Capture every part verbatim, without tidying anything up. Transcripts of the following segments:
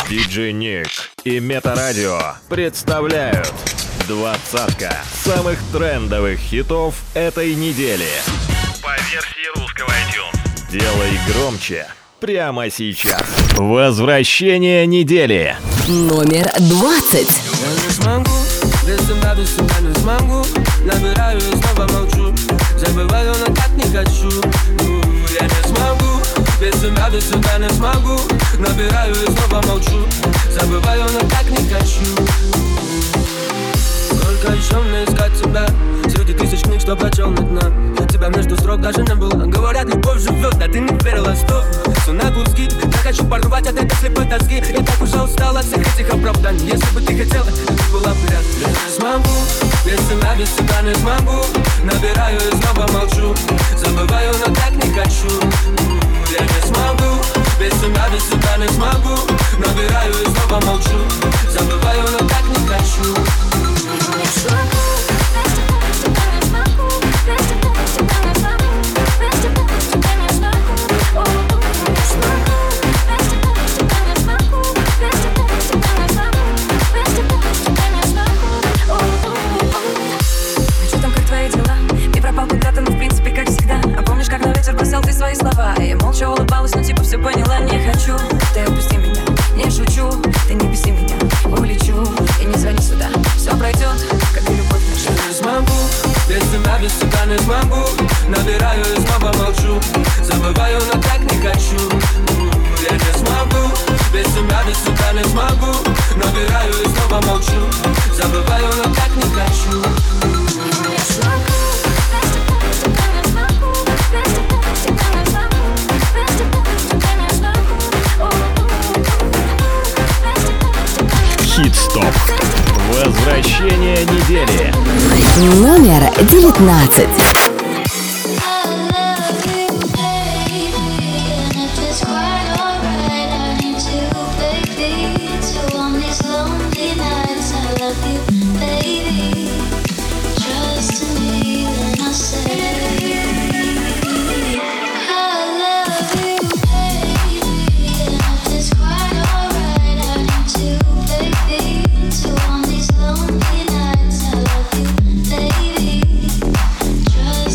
диджей Ник и Метарадио представляют двадцатка самых трендовых хитов этой недели по версии русского iTunes. Делай громче прямо сейчас. Возвращение недели. Номер двадцать. Я не смогу, без тебя, без тебя не смогу. Набираю и снова молчу. Забываю, но так не хочу. Я не смогу, без тебя, без тебя не смогу. Набираю и снова молчу. Забываю, но так не хочу. Сколько еще мне искать тебя среди тысяч книг, что прочел на дна. Тебя между строк даже не было. Говорят, любовь живет, да ты не верила, стоп. Все на куски, я хочу порвать от этой слепой тоски. Я так уже устал от всех этих оправданий. Если бы ты хотела, ты была бы рядом. Я не смогу, без тебя, без тебя не смогу. Набираю и снова молчу. Забываю, но так не хочу. Я не смогу, без тебя, без тебя не смогу. Набираю и снова молчу. Забываю, но так не хочу. Свои слова, я молча улыбалась, но типа все поняла, не хочу. Ты отпусти меня, не шучу. Ты не беси меня, улечу. И не звони сюда, все пройдет, как и любовь наша. Я не смогу, без тебя, без тебя не смогу. Набираю и снова молчу. Забываю, но так не хочу. Я не смогу, без тебя, без тебя не смогу. Набираю и снова молчу. Забываю, но так не хочу. Я смогу. Хит-стоп. Возвращение недели. Номер девятнадцать. Just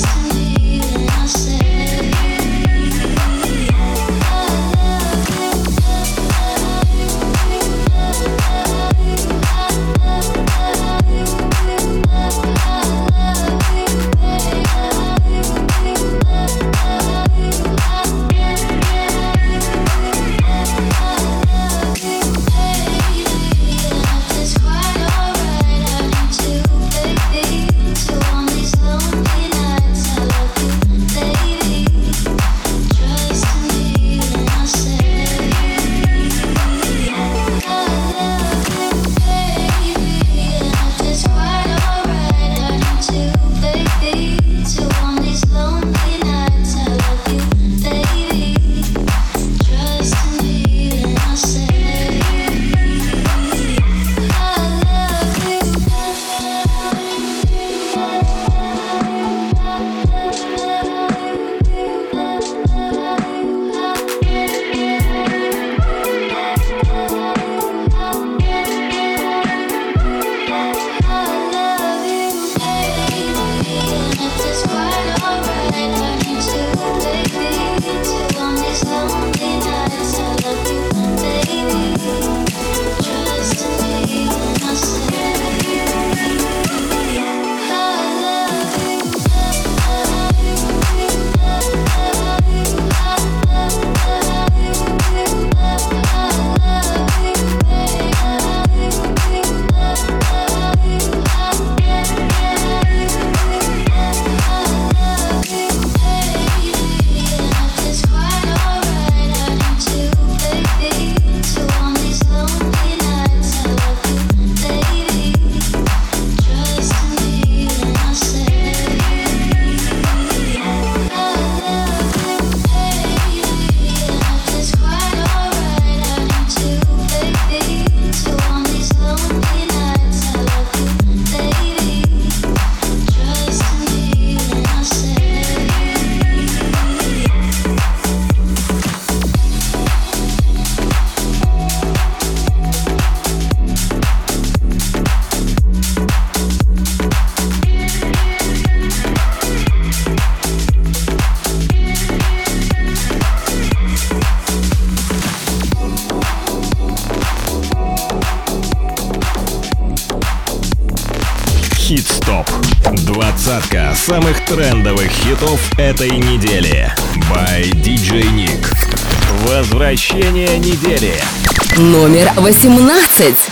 Хит-стоп. Двадцатка самых трендовых хитов этой недели. By ди джей Nick. Возвращение недели. Номер восемнадцать.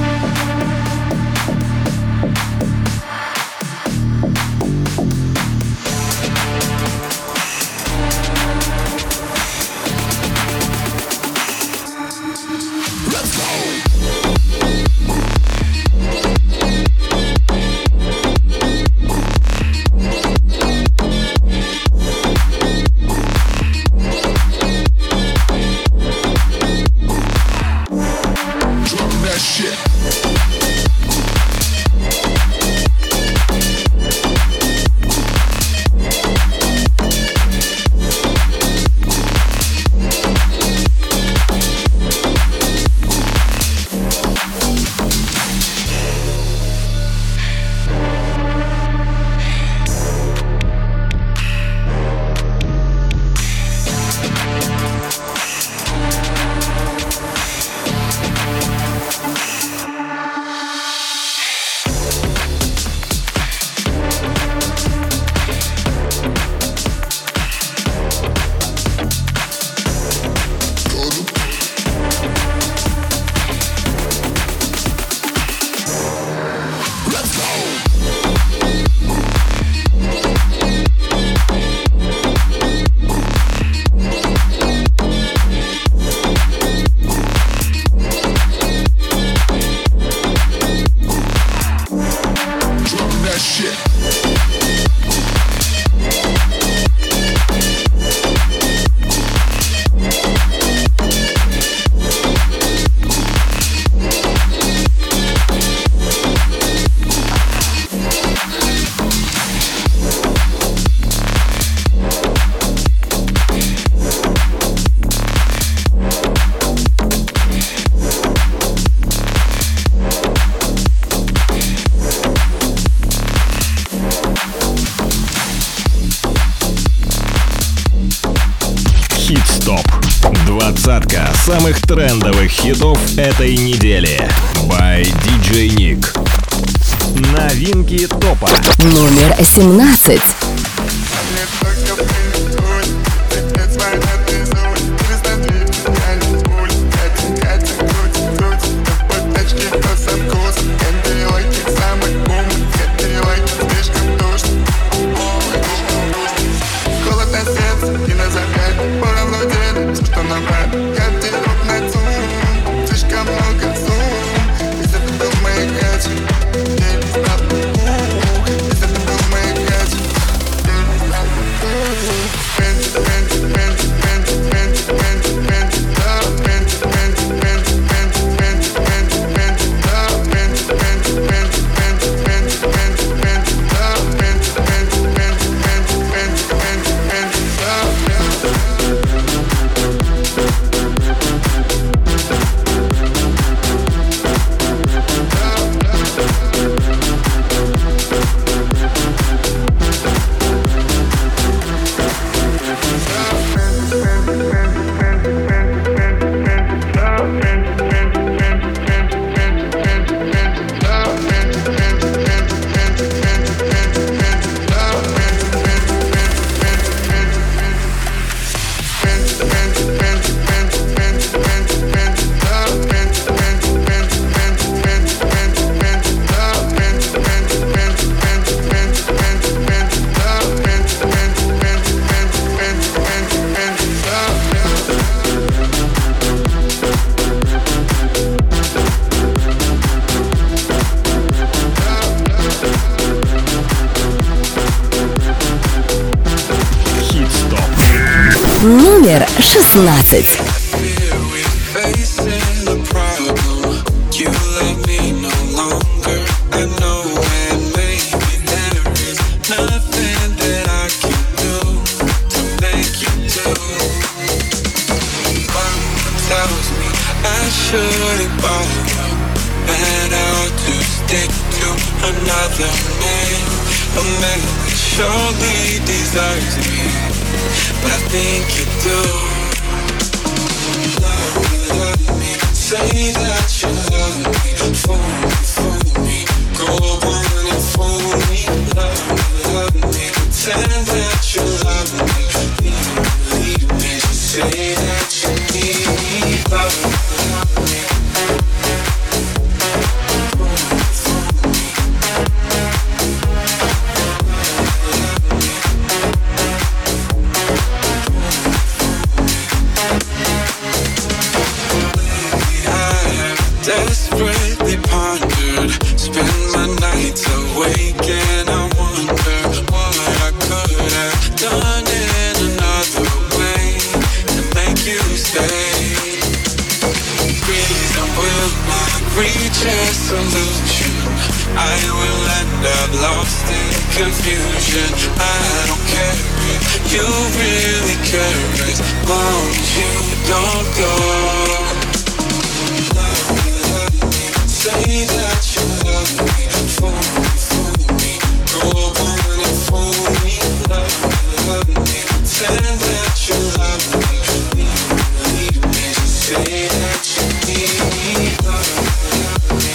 Хит-стоп. Двадцатка самых трендовых хитов этой недели. By ди джей Nick. Новинки топа. Номер семнадцать. Номер шестнадцать. Surely deserves me, but I think you do. Love me, love me, say that you love me. Fool me, fool me, go on and fool me. desperately pondered, spend my nights awake and I wonder what I could have done in another way to make you stay. Reason will not reach a solution. I will end up lost in confusion. I don't care if you really care as long as you don't go. Say that you love me, fool me, fool me. Go on and fool me, love me, love me. Pretend that you love me, leave me, leave me. Just say that you need me, love me, love me.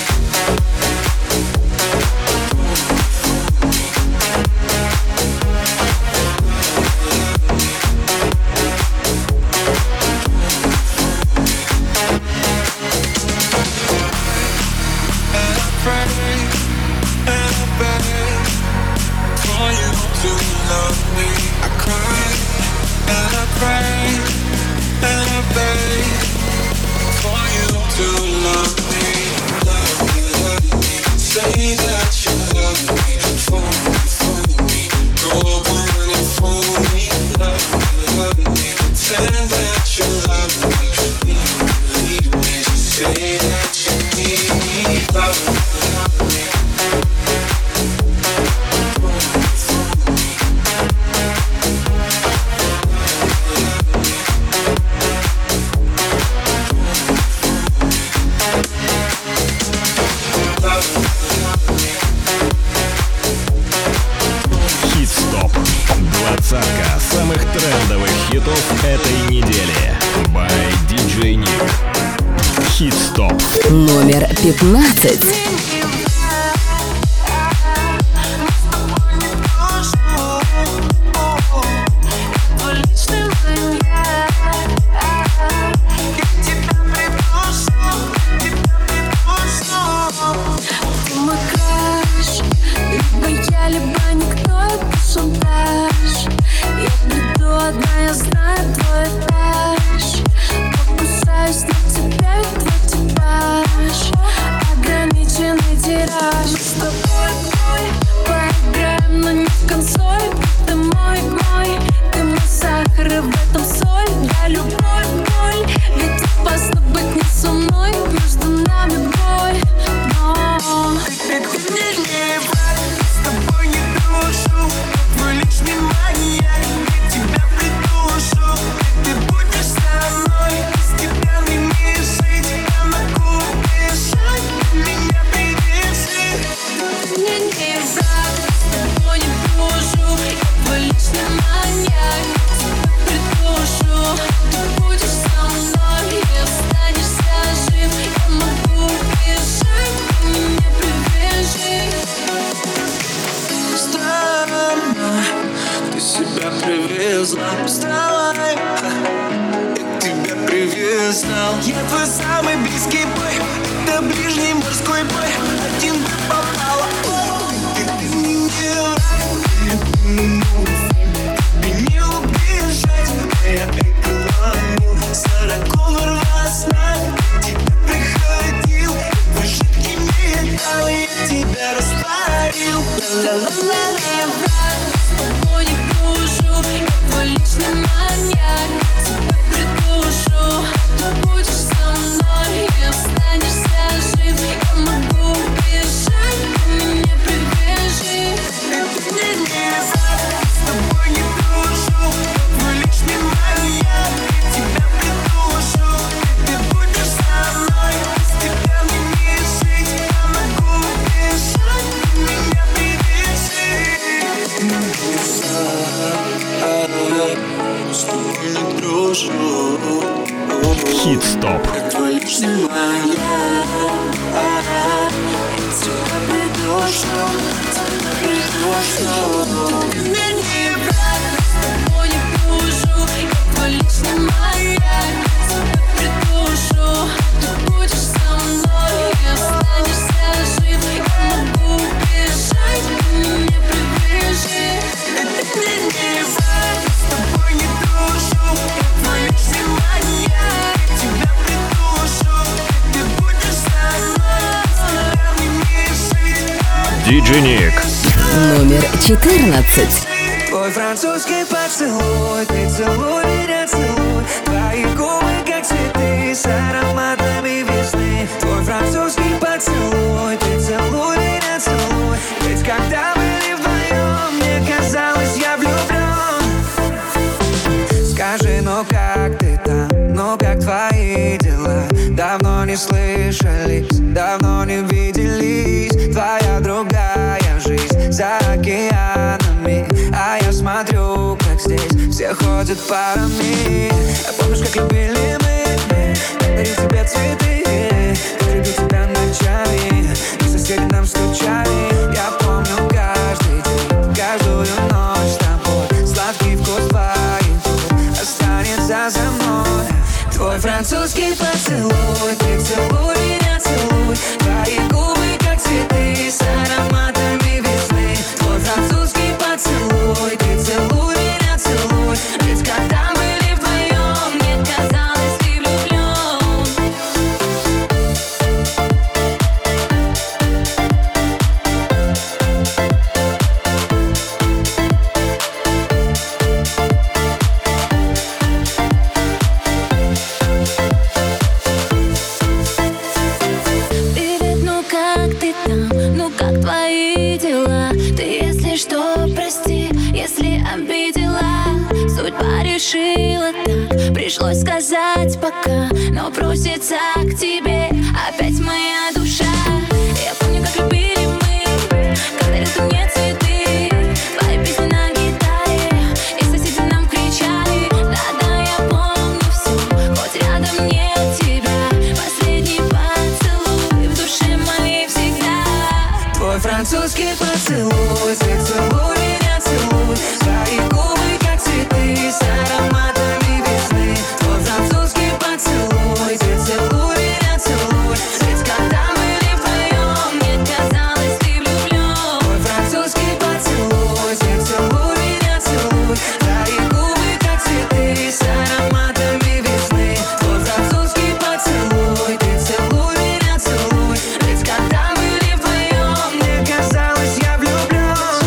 Номер пятнадцать. Хит-стоп. Тебя придушу, ты будешь со ди джей Ник. Номер четырнадцать. Твой французский поцелуй, ты целуй меня, целуй. Твои губы как цветы с ароматами весны. Твой французский поцелуй, ты целуй меня, целуй. Ведь когда были вдвоем, мне казалось, я влюблен. Скажи, ну как ты там, ну как твои дела? Давно не слышались, давно не виделись. Твоя другая жизнь за океанами, а я смотрю, как здесь все ходят парами. А помнишь, как любили мы? Дарил тебе цветы, как любил тебя ночами, и соседи нам стучали. Я помню каждый день, каждую ночь с тобой. Сладкий вкус твоих губ останется за мной. Твой французский поцелуй, ты целуй меня, целуй. Твои губы как цветы с ароматами весны. Твой французский поцелуй, ты целуй меня, целуй. Ведь когда были вдвоем, мне казалось, ты влюблен. Привет, ну как ты там? Ну как твои дела? Ты, если что, прости, если обидела. Судьба решила так, пришлось сказать пока. Но просится к тебе опять моя душа. Я помню, как любили мы, когда рядом нет цветы. Твои песни на гитаре, и соседи нам кричали. Да-да, я помню все, хоть рядом нет тебя. Последний поцелуй в душе моей всегда. Твой французский поцелуй, ты целуй меня, целуй. Твои губы как цветы с ароматами весны. Твой французский поцелуй, ты целуй меня, целуй. Ведь когда были вдвоем, мне казалось, ты влюблен. Твой французский поцелуй, ты целуй меня, целуй. Твои губы как цветы с ароматами весны. Твой французский поцелуй, ты целуй меня, целуй. Ведь когда были вдвоем, мне казалось, я влюблен.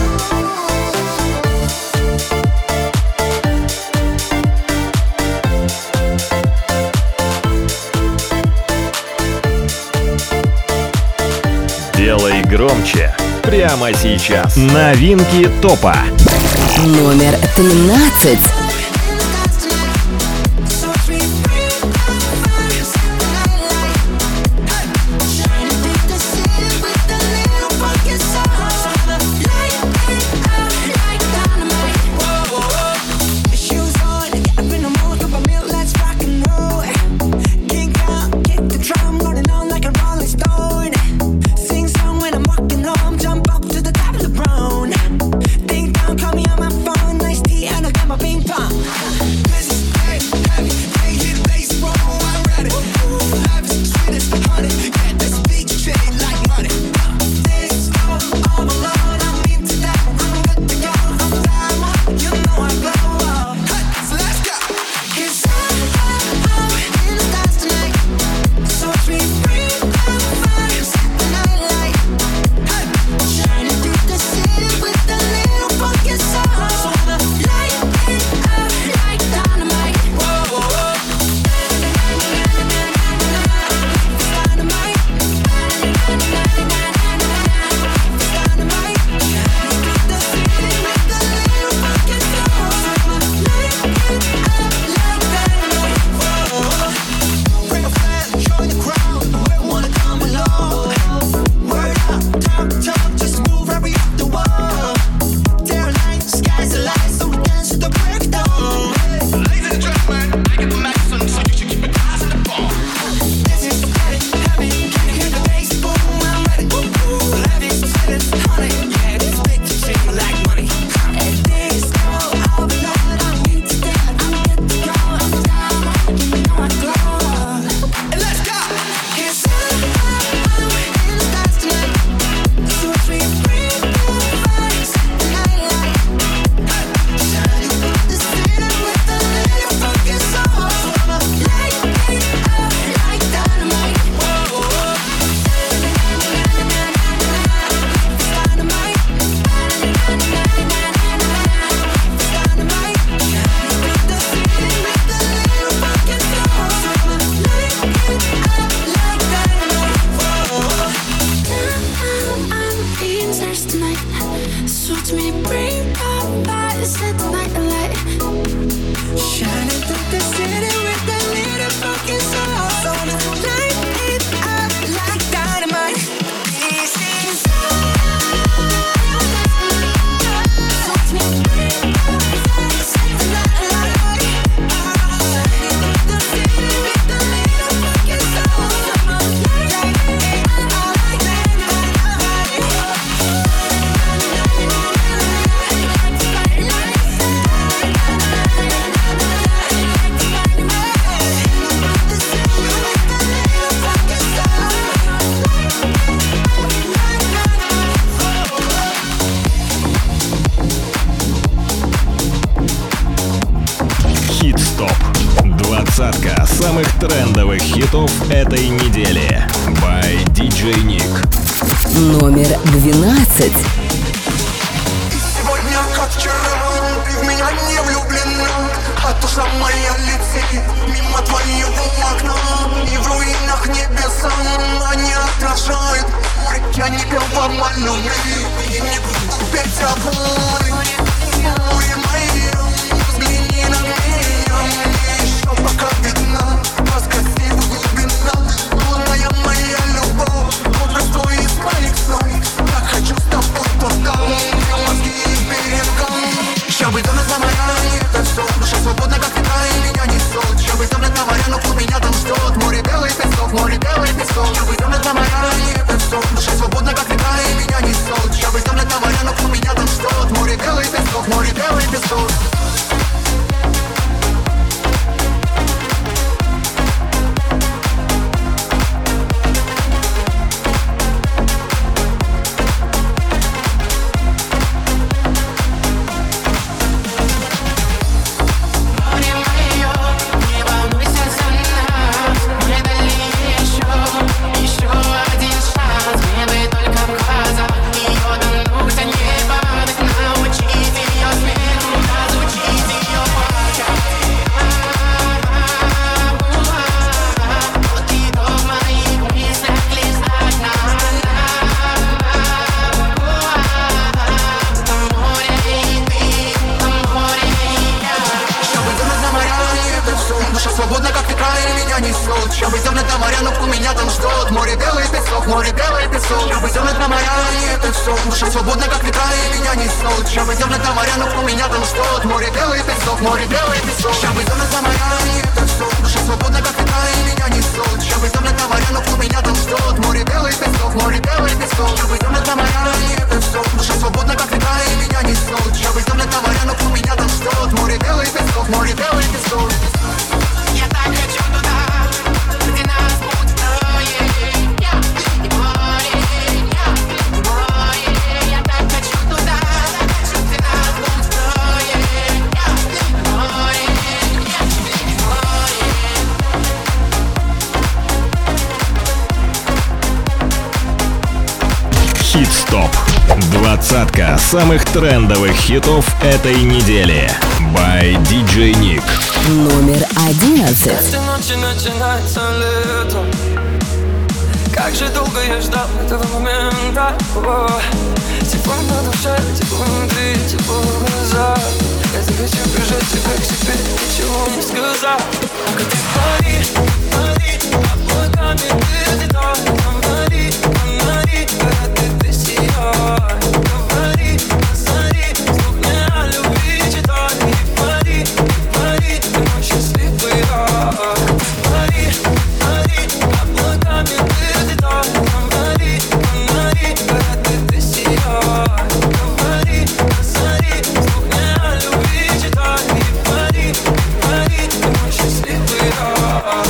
Делай громче прямо сейчас. Новинки топа. Номер тринадцать. Ping pong. самых трендовых хитов этой недели. By ди джей Nick. Номер двенадцать. Сегодня, как вчера, ты в меня не влюблена, а душа моя летит мимо твоего окна. И в руинах небеса они отражают. Я не пел вам о любви и не буду петь о боли. Мои мои, взгляни на меня, мне еще пока видна краска синего глубина. Лунная моя любовь, образ твой из моих снов. Так хочу с тобой туда, где мозги и берегам. Сейчас бы там это моя, это все. Душа свободна, как ветра, и меня несет. Сейчас бы там это моя, но кто меня там ждет. Море белый песок, море белый песок. Сейчас бы там это моя, это все. Душа свободна, как ветра, и меня несет. Сейчас бы там это моя, но кто меня там ждет. Море белый песок, море белый песок. Душа свободна, как ветра, и меня несет. Сейчас пойдем на моря, но у меня там ждет. Море белый песок, море белый песок. Сейчас пойдем на моря, и это все. Душа свободна, как ветра, и меня несет. Сейчас пойдем на моря, но у меня там ждет. Море белый песок, море белый песок. Сейчас пойдем на моря, и это все. Душа свободна, как ветра, и меня несет. Сейчас пойдем на моря, но у меня там ждет. Море белый песок, море белый песок. Я так хочу туда, где нас будет трое. Я и море, я и море. Я так хочу туда, где нас будет трое. Я и море, я и море. Хит-стоп. Двадцатка самых трендовых хитов этой недели. By ди джей Nick. Номер одиннадцать. Этой ночи начинается лето. Как же долго я ждал этого момента. О, тепло на душе, тепло внутри, тепло в глазах. Я захочу прижать тебя к себе, ничего не сказав. Только ты пари, пари, облаками ты летай. Фонари, фонари, когда ты сияй. Говори, позари, вслух мне о любви читай. И пари, пари, ты мой счастливый рай. Пари, пари, облаками ты летай. Фонари, фонари, когда ты сияй. Говори, позари, вслух мне о любви читай. И пари, пари, ты мой счастливый рай.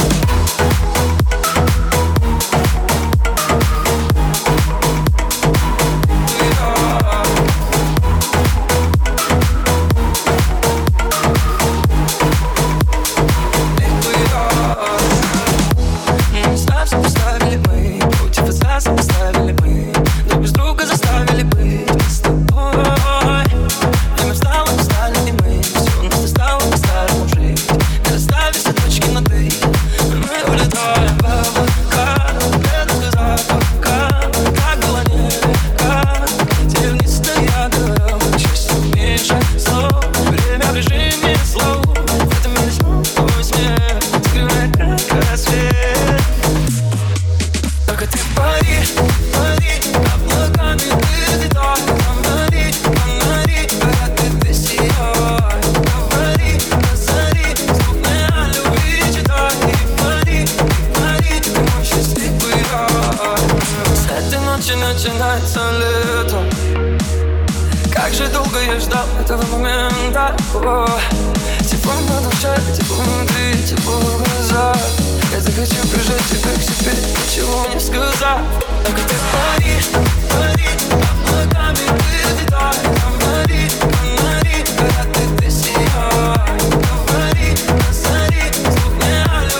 Начинается лето. Как же долго я ждал этого момента. О, тепло на душе, тепло внутри, тепло в глазах. Я захочу прижать тебя к себе, ничего не сказав. Только ты пари, пари, облаками ты летай. Фонари, фонари, когда ты сияй. Говори, позари, вслух мне о любви.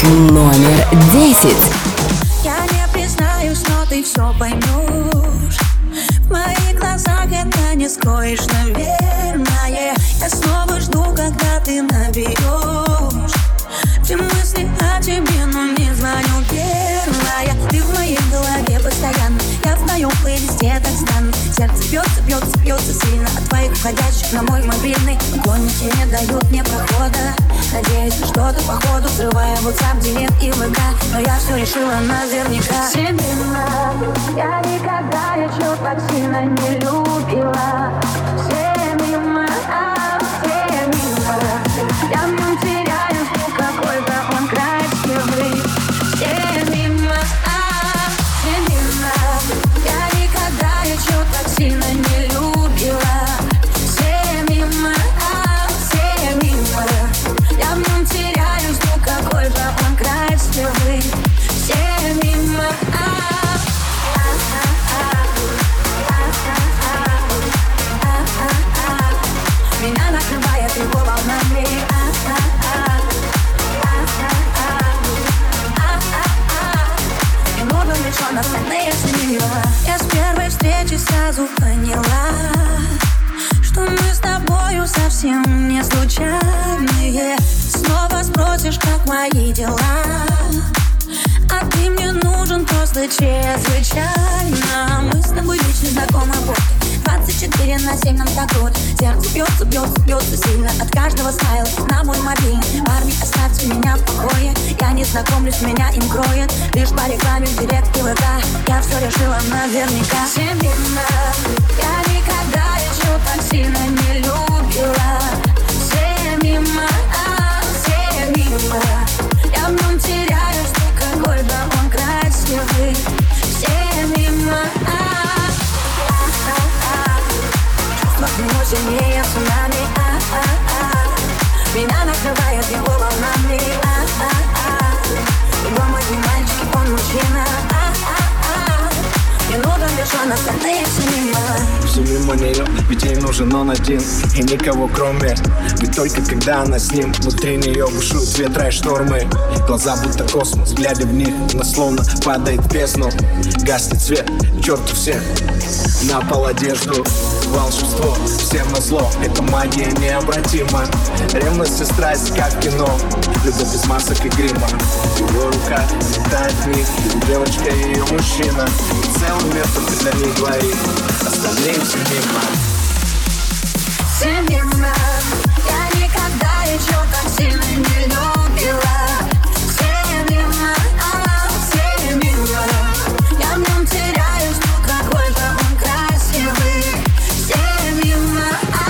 Номер десять. Я не признаюсь, но ты все поймешь. В моих глазах это не скроешь, наверное. Я снова жду, когда ты наберешь. Все мысли о тебе, но не звоню первая. Ты в моей голове постоянно, я в твоем плейлисте так странно. Сердце бьется, бьется, бьется сильно от твоих входящих на мой мобильный. Гонники не дают мне прохода. Надеюсь, на что-то походу, взрывая WhatsApp, директ и ВК. Но я все решила наверняка. Семена, я никогда еще так сильно не любила. Все мимо, а все мимо. Я в нем теряюсь, какой-то он красивый. Все мимо, а все мимо. Я никогда еще так сильно не любила. Все мимо, а все мимо. Я в нем теряюсь, ну какой же он красивый. Все мимо, а меня накрывает его волнами. Немного лишён остальные синего. Я с первой встречи сразу поняла, что мы с тобою совсем не случайные. Снова спросишь, как мои дела, а ты мне нужен просто чрезвычайно. Мы с тобой лично знакомы вот двадцать четыре на семь нам так вот. Сердце бьется, бьется, бьется сильно от каждого смайла на мой мобильный. Парни, оставьте меня в покое. Я не знакомлюсь, меня им кроет лишь по рекламе в директ и ВК. Я все решила наверняка. Семена, я никогда еще так сильно не любила. Все мимо, а все мимо. Я в нем теряюсь, ну какой же он красивый. Все мимо, а чувства сильнее цунами, а-а-а. Меня накрывает его волнами, а-а-а. Его мой мальчик, он мужчина, а-а-а. Не нужен лишь он, остальные все мимо. Все мимо нее, ведь ей нужен он один. И никого кроме, ведь только когда она с ним. Внутри нее бушуют ветра и штормы. Глаза будто космос, глядя в них, она словно падает в бездну. Гаснет свет, к черту всех, на пол одежду. Волшебство, всем назло, эта магия необратима. Ревность и страсть, как кино, любовь без масок и грима. Его рука летает в них, девочка и ее мужчина. И целый мир только для них двоих, остальные все мимо. Все мимо, я никогда еще так сильно не любила. Все мимо, а все мимо. Я в нем теряюсь, ну какой же он красивый. Все мимо,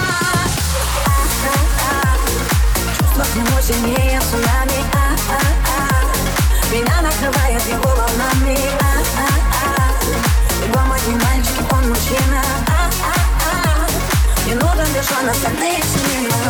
а-а-а. Чувства к нему сильнее цунами, а-а-а. Меня накрывает его волнами, а-а-а. Его мой мальчик, он мужчина, а-а-а. Не нужен лишь он, остальные все мимо.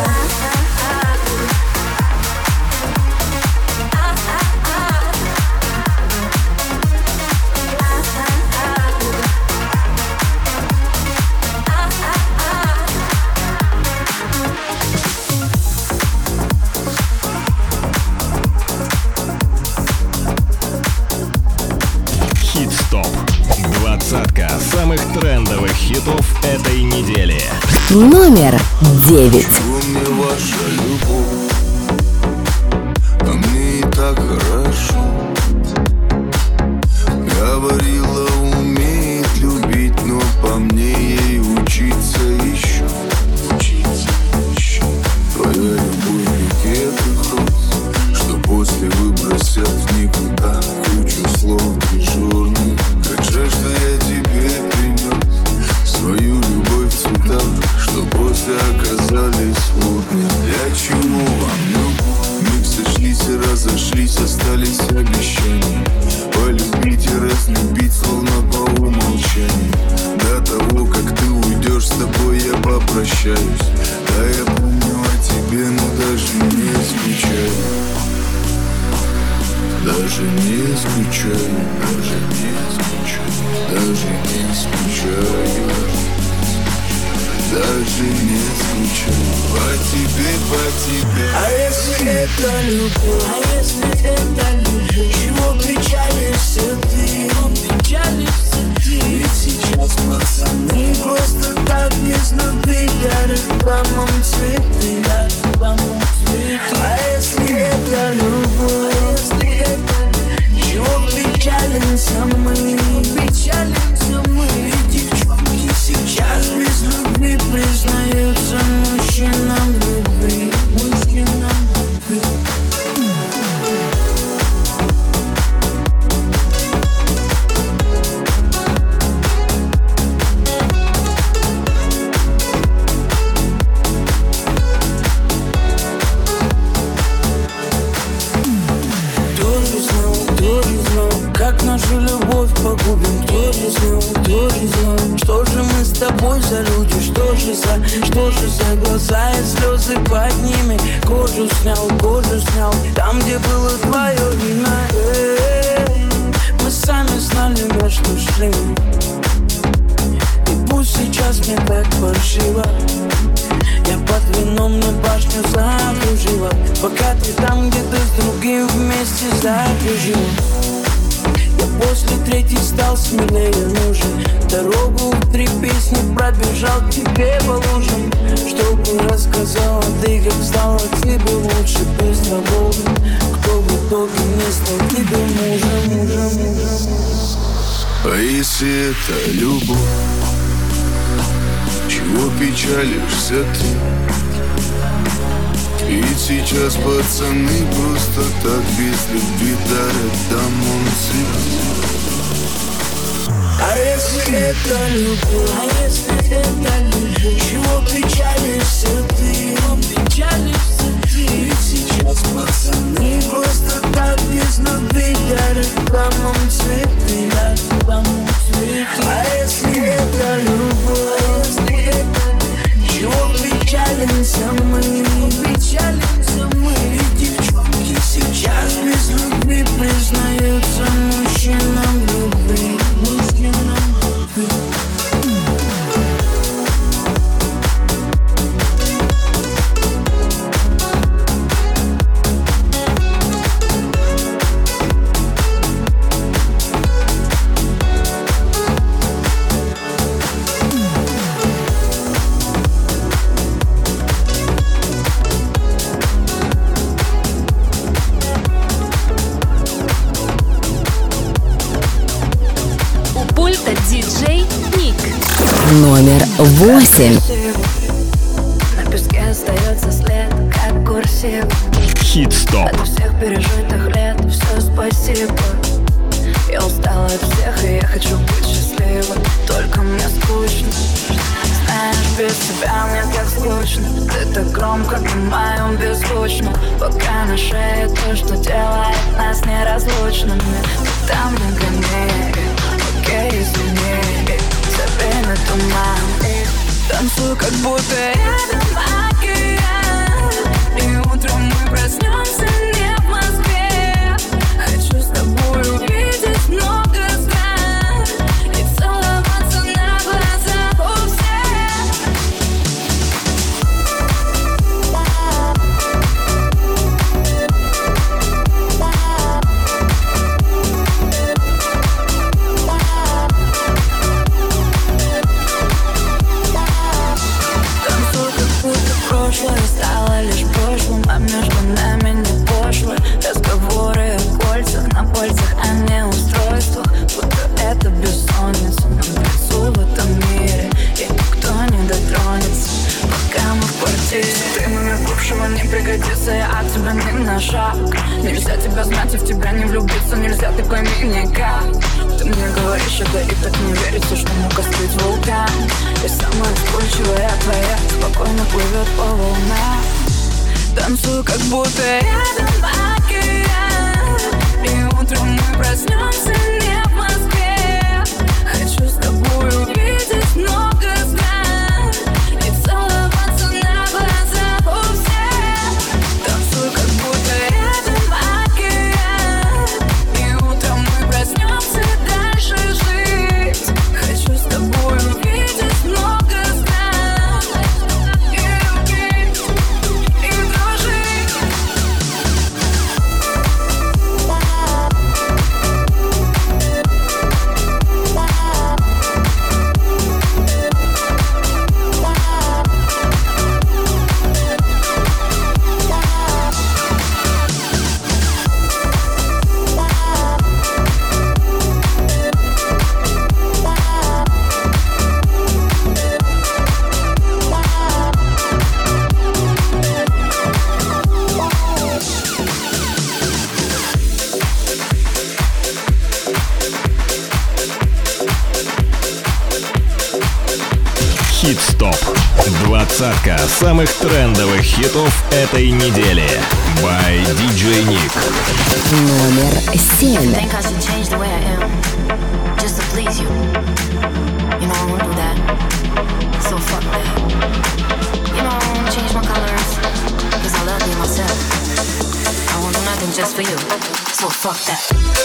Хит-стоп. Двадцатка самых трендовых хитов этой недели. Номер девять. Чего мне ваша любовь? А мне и так хорошо. Говорила, умеет любить, но по мне ей учиться еще. Твоя любовь букет роз, что после выбросят в никуда кучу слов дежурных. Как жаль, что я тебе принес свою любовь в цветах, что после оказались водными. Для чего вам любовь? Миг сошлись и разошлись, остались обещания. Полюбить и разлюбить, словно по умолчанию. До того, как ты уйдешь, с тобой я попрощаюсь. Да, я помню о тебе, но даже не скучаю. Даже не скучаю, даже не скучаю, даже не скучаю. Даже не скучаю по тебе, по тебе. А если это любовь, а если это любовь? дарят домом цветы, а если это любовь, чего печалимся мы, печалимся мы. Девчонки сейчас без любви признаются мужчинам любви, мужчинам любви. Как нашу любовь погубим, кто не знал, кто не знал. Что же мы с тобой за люди, что же за, что же за глаза и слезы под ними. Кожу снял, кожу снял, там, где было твое имя. Эй, мы сами знали, во что шли. И пусть сейчас мне так паршиво, я под вином на башню закружила, пока ты там где-то с другим вместе закружила. Я после третьей стал смелее нужен, дорогу в три песни пробежал к тебе по лужам, чтобы рассказала ты, как стало тебе лучше без свободы. Кто в итоге не стал тебе мужем, мужем, мужем. А если это любовь, чего печалишься ты? Ведь сейчас пацаны просто так без любви дарят домом цветы. А если это любовь, а если это любовь, чего печалишься ты, печалишься ты? Ведь сейчас пацаны просто так без любви дарят домом цветы, дарят домом цветы. А если это любовь, а если это, чего печалимся мы, печалимся мы. Ведь девчонки сейчас без любви признаются мужчинам любви, мужчинам любви. диджей Ник. Номер восемь. На песке остается след, как курсив. Хит-стоп. От всех пережитых лет все спасибо. Я устала от всех, и я хочу быть счастливой. Только мне скучно. Знаешь, без тебя мне так скучно. Ты так громко на моем беззвучно. Пока на шее то, что делает нас неразлучными. Ты там не гони, окей, извини. За время туман и танцую, как будто рядом океан. И утром мы проснемся не в Москве. Хочу с тобой увидеть много стран и целоваться на глазах у всех. Танцую, как будто прошлое стало лишь прошлым, а между нами не пошлые разговоры о кольцах, на пальцах, а не устройствах. Будто это бессонница нам к лицу в этом мире, и никто не дотронется, пока мы в квартире. Ты номер бывшего не пригодится, я от тебя не на шаг. Нельзя тебя знать и в тебя не влюбиться, нельзя, ты пойми никак. Ты мне говоришь это и так не верится, что мог остыть вулкан. И самая вспыльчивая твоя спокойно плывет по волнам. Танцую, как будто рядом океан. И утром мы проснемся не в Москве. Хочу с тобой увидеть много стран и целоваться на глазах у всех. Танцую, как будто рядом океан. И утром мы проснемся дальше жить. Хочу с тобой увидеть много стран и любить, и дружить. Двадцатка самых трендовых хитов этой недели. By ди джей Nick. Номер семь. Think I should change the way I am just to please you. You know I won't do that. So fuck that. You know I won't change my colors cause I love you myself. I won't do nothing just for you. So fuck that.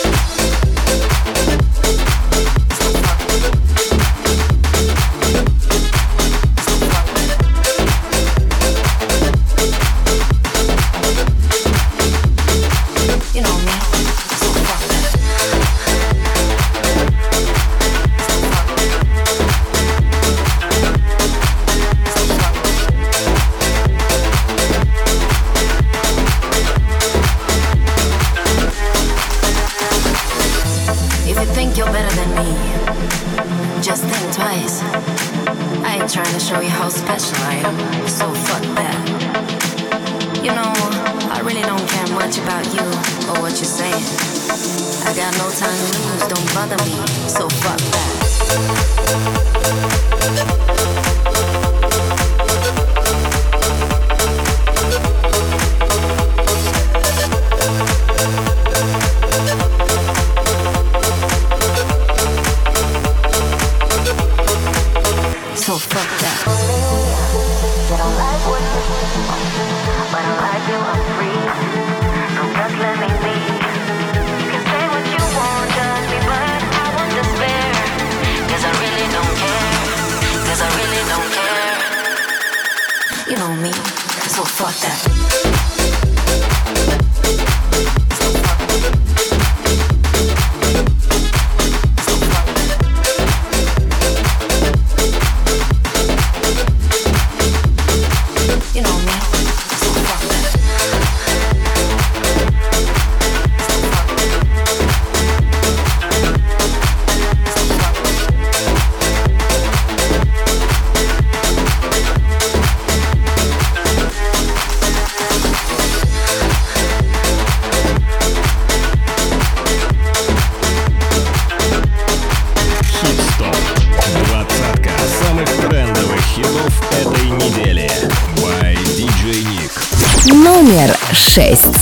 Номер шесть.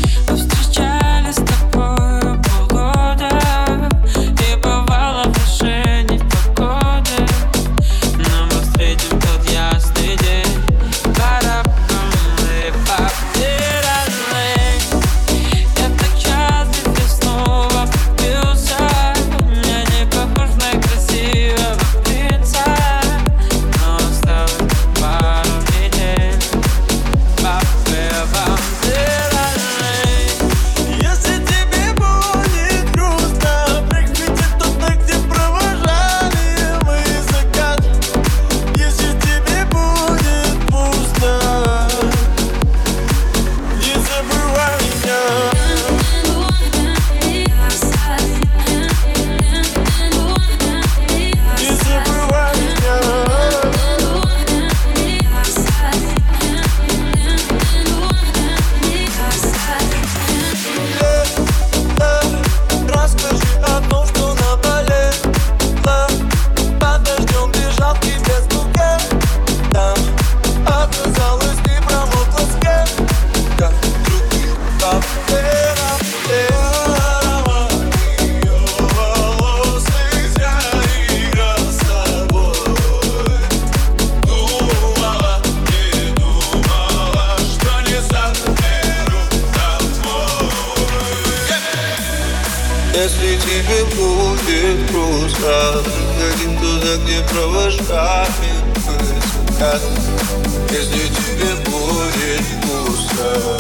Если тебе будет грустно, хотим туда, где провожаем мы закат. Если тебе будет пусто,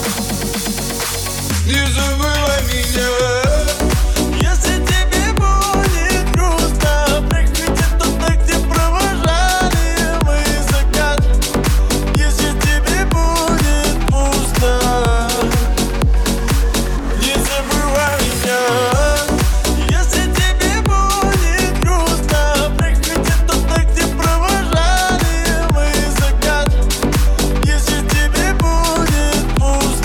не забывай меня. Пусть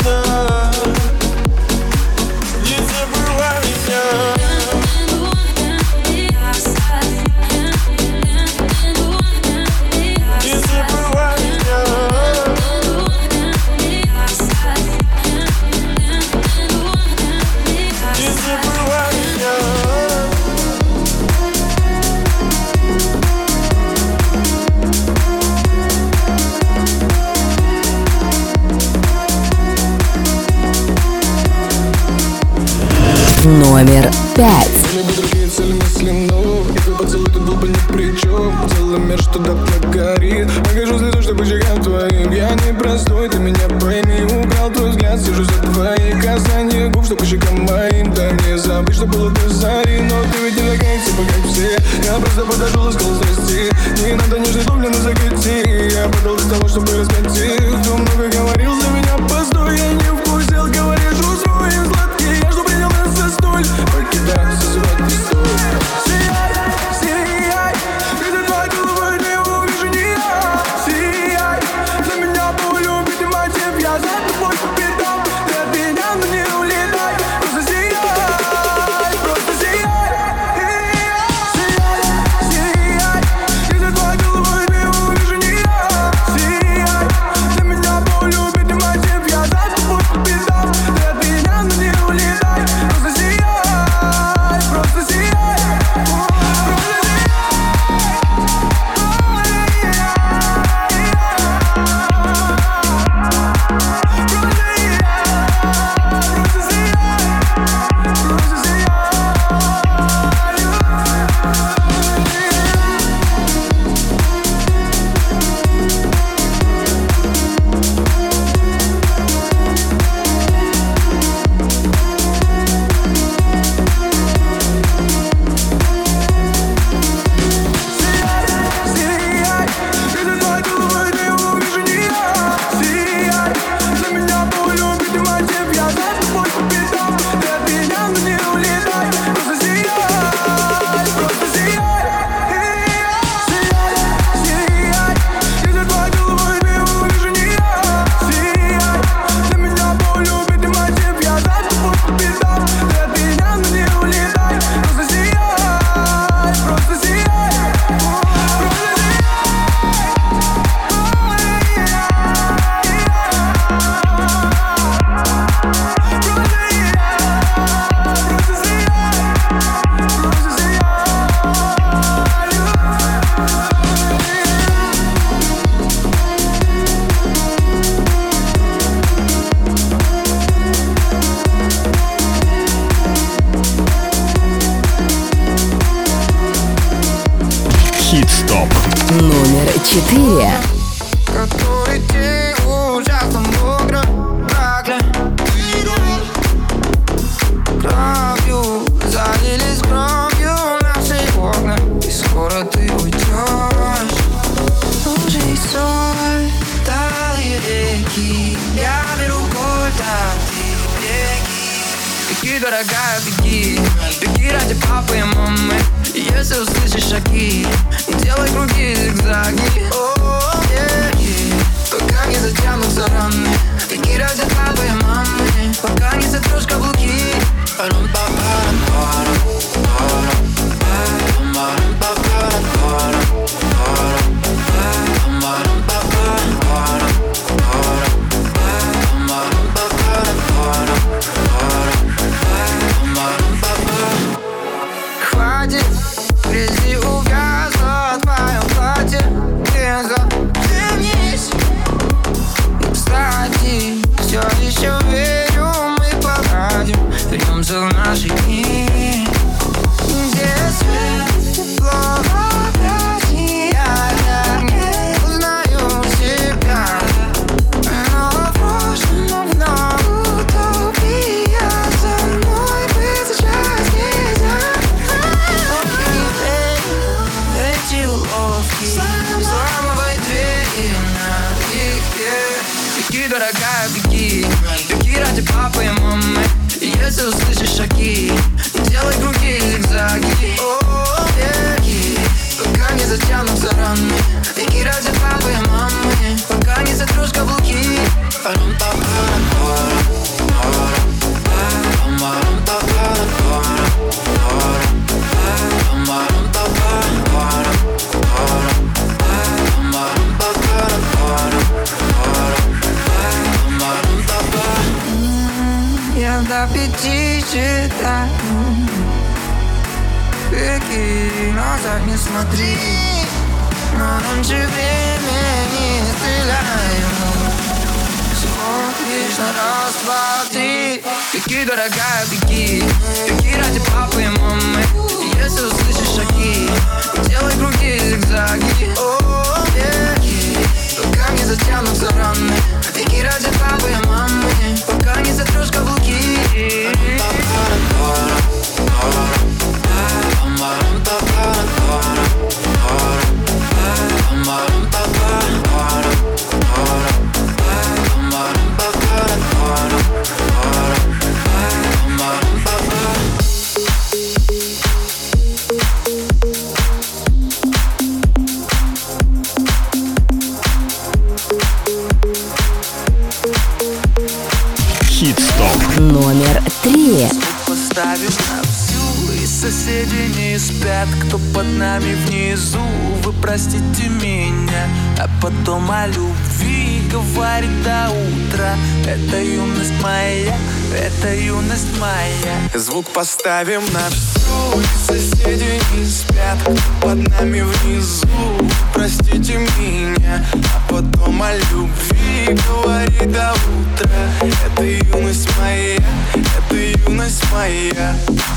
Номер пять. Были бы другие цели мысли, но и твой поцелуй тут был бы ни при чем. Целый мир, что дотла горит. Покажу слезу, чтобы щекам твоим. Я не простой, ты меня пойми. Украл твой взгляд, сижу за твои касания губ, чтобы щекам моим. Дай мне забыть, что было до зари. Но ты ведь не такая, типа как все. Я просто подошел и сказал здрасте. Не надо нежный дом, мне на закати. Я подал для того, чтобы раскатить. Кто много говорил за меня, постой. Я не вкусил, говоришь, усвой сладкий. Я жду, принял нас за столь. Покидай, сосывать не стоит. Сияй, сияй, видит твой голубой, ты его вижу не я. Сияй, за меня полюбит и мотив. Я за тобой по пятам. Ты от меня, но не улетай. Просто сияй, просто сияй. Сияй, сияй, видит твой голубой, ты его вижу не я. Сияй, за меня полюбит и мотив. Я за тобой по пятам. Ты от меня, но не улетай. Просто сияй, просто сияй. Хит-стоп. Номер четыре. Который ты ужасно мокро проклят. Кровью залились кровью наши окна. И скоро ты уйдешь. Лужи и соль, талые реки. Я беру кольца, ты беги. Беги, дорогая, беги. Беги ради папы и мамы. Если услышишь шаги, делай круги, зигзаги. О, yeah, yeah. Пока не затянутся раны. Беги ради папы и мамы. Пока не сотрешь каблуки. Хватит грязи, увязла в твоем платье. Вернись. Кстати, все еще верю, мы поладим. Вернемся в наши дни, где свет, тепло, объятий. Я не узнаю себя, но в прошлом вновь утопия. Со мной быть сейчас нельзя. Эти уловки, взламывай двери на их. Беги, дорогая, беги. Беги ради папы и мамы. Если услышишь шаги, делай круги, зигзаги. О, беги, пока не затянутся раны. Беги ради папы и мамы. Пока не сотрешь каблуки. Я до пяти считаю. Беги, назад не смотри. Но раньше времени стреляю. Смотришь на раз, два, три. Беги, дорогая, беги. Беги ради папы и мамы. И если услышишь шаги, делай круги, зигзаги. О, беги, пока не затянутся раны. Беги ради папы и мамы, пока не затрешь каблуки. Хит-стоп номер три. Поставим на всю, и соседи не спят. Кто под нами внизу, вы простите меня. А потом о любви говорит до утра. Это юность моя, это юность моя. Звук поставим на всю, и соседи не спят. Кто под нами внизу, простите меня. А потом о любви говорит до утра. Это юность моя, это юность моя.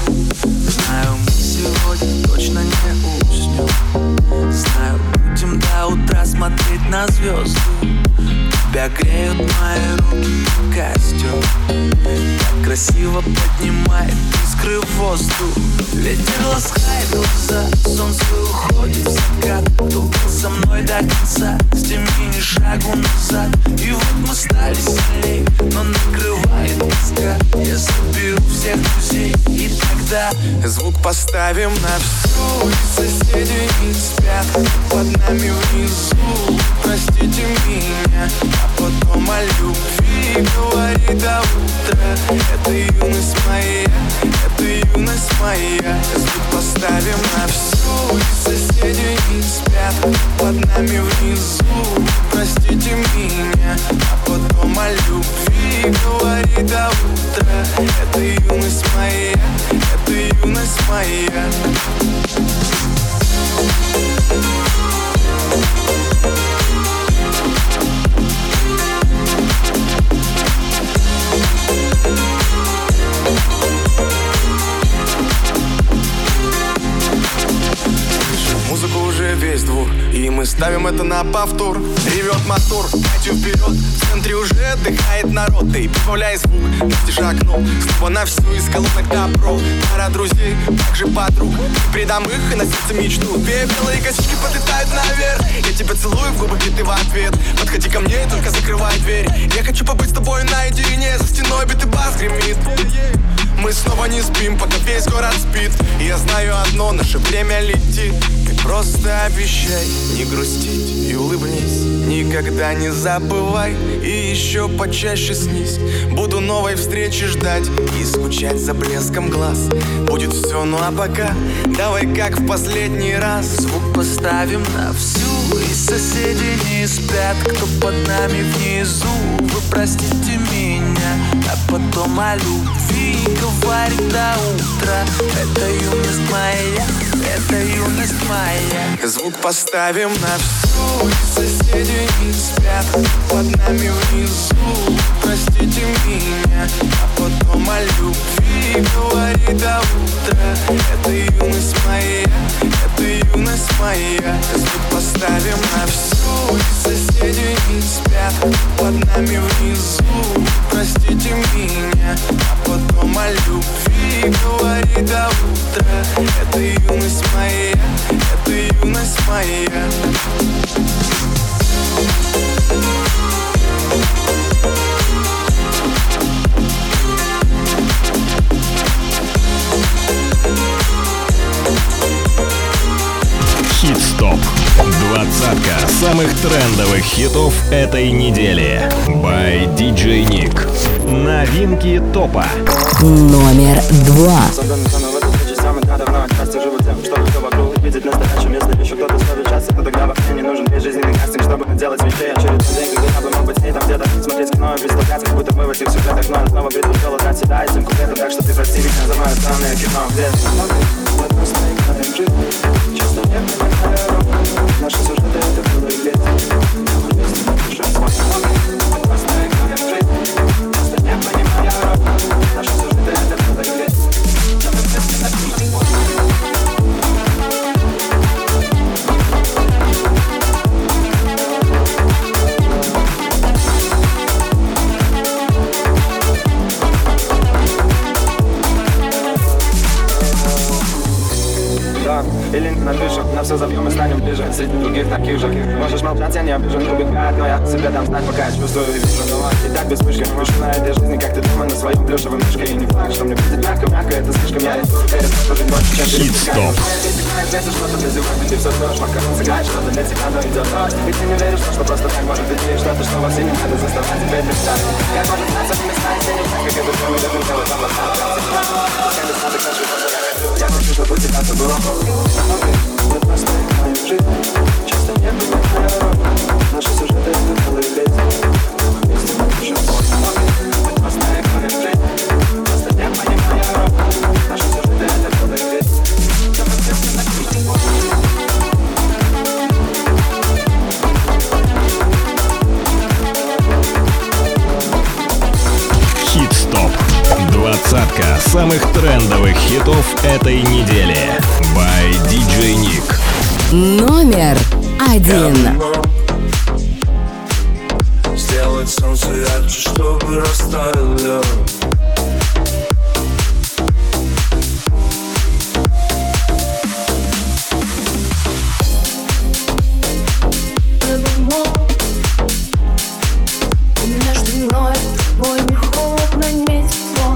Знаю, мы сегодня точно не уснем. Знаю, будем до утра смотреть на звезды. Тебя греют мои руки и костюм. Так красиво поднимает искры в воздух. Ветер ласкает глаза, солнце уходит в закат. Кто был со мной до конца, с теми ни шагу назад. И вот мы стали сильней, но накрывает тоска. Я соберу всех друзей, и тогда звук поставим на всю, и соседи не спят. Под нами внизу, простите меня. А потом о любви говорит до утра. Это юность моя, это юность моя. Звук поставим на всю, и соседи не спят. Под нами внизу, простите меня. А потом о любви говорит до утра. Это юность моя, это юность моя. Музыку уже весь двор, и мы ставим это на повтор. Ревет мотор, пойдем вперед. В центре уже отдыхает народ. И прибавляй звук, настежь окно. Снова на всю из колонок добро. Пара друзей, также подруг. Предам их и на сердце мечту. Две белые косички подлетают наверх. Я тебя целую в губы, и ты в ответ. Подходи ко мне, только закрывай дверь. Я хочу побыть с тобой наедине. За стеной бит и бас гремит. Мы снова не спим, пока весь город спит. И я знаю одно, наше время летит. Ты просто обещай не грустить и улыбнись. Никогда не забывай и еще почаще снись. Буду новой встречи ждать и скучать за блеском глаз. Будет все, ну а пока давай как в последний раз. Звук поставим на всю, и соседи не спят. Кто под нами внизу, вы простите меня. А потом о любви говорит до утра. Это юность моя, это юность моя. Звук поставим на всю, и соседи не спят. Под нами внизу, простите меня. А потом о любви говорит до утра. Это юность моя, это юность моя. Звук поставим на всю, и соседи не спят. Под нами внизу, простите меня. А потом о любви говорит до утра. Это юность моя, это юность моя. Хит-стоп. Двадцатка самых трендовых хитов этой недели. By ди джей Nick. Новинки топа. Номер два. Чтобы все вокруг видеть настоящим. Если еще кто-то ставит час, то тогда во мне не нужен весь жизненный кастинг, чтобы делать мечты. Очередной день, когда я бы мог быть с ней там где-то. Смотреть кино и представляться, как будто мы в этих сюжетах. Но я снова предпочел отдать себя этим куплетом. Так что ты прости меня за мое странное кино. Где я просто играем жизнь. Честно, не понимаю. Наши сюжеты это было и лет. Просто играем жизнь. Просто не понимаю. Наши или не напишу, на все забьем и станем ближе среди других таких же. Можешь молчать, я не обижен, убегает, но я себе дам знать, пока я чувствую и вижу. Но и так без вспышки, выше на этой жизни, как ты дома на своем плюшевом мишке. И не факт, что мне будет мягко-мягко, это слишком. Я рискую, верю, что жизнь больше, чем ты. Хит-стоп. Если что-то без его, ты все знаешь, макар сыграть, что-то для тебя, но идет ночь. И ты не веришь, что просто так может быть, и что-то, что во все не надо заставлять тебя мечтать. Как может знаться, что места и синий, как это все, мы любим делать облака. Пускай достаток нашей фото я хочу, я хочу, чтобы у тебя все было. Я просто мою жизнь, часто не понимаю. Наши сюжеты — это белые леди. Вместе мы еще больше. Я просто мою жизнь, просто не понимаю. Наши сюжеты — это белые леди. Хит-стоп. Двадцатка самых трендовых хитов этой недели. By ди джей Nick. Номер один. Сделать солнце ярче, чтобы растаял лед. Между мной и тобой не холодно, не тепло.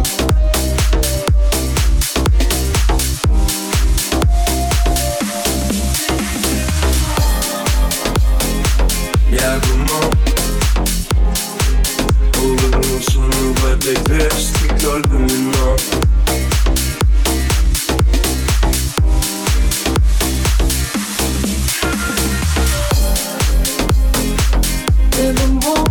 Я думал, улыбнуться, но в этой песне только минут. Ты бы мог,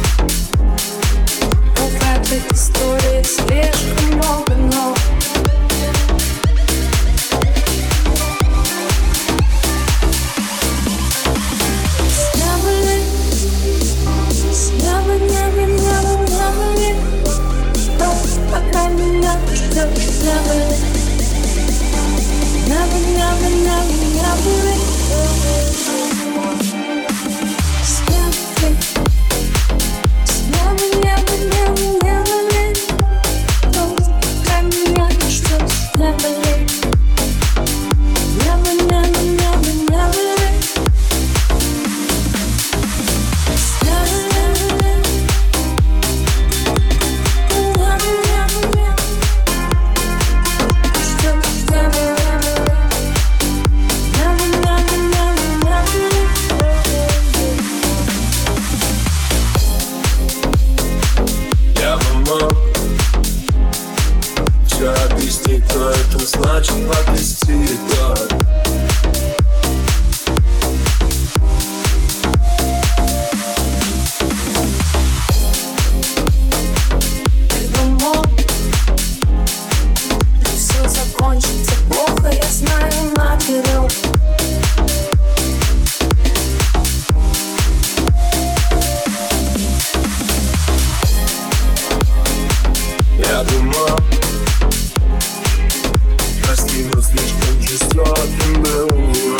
но в этой истории слишком много «но». Снова, неба, неба, неба, неба, пока меня ждет неба. Неба, неба, неба, неба. Все объяснить, но это значит подвести, да. Ты бы мог, все закончится плохо, я знаю наперед. Я думал, прости, но слишком жестоким был.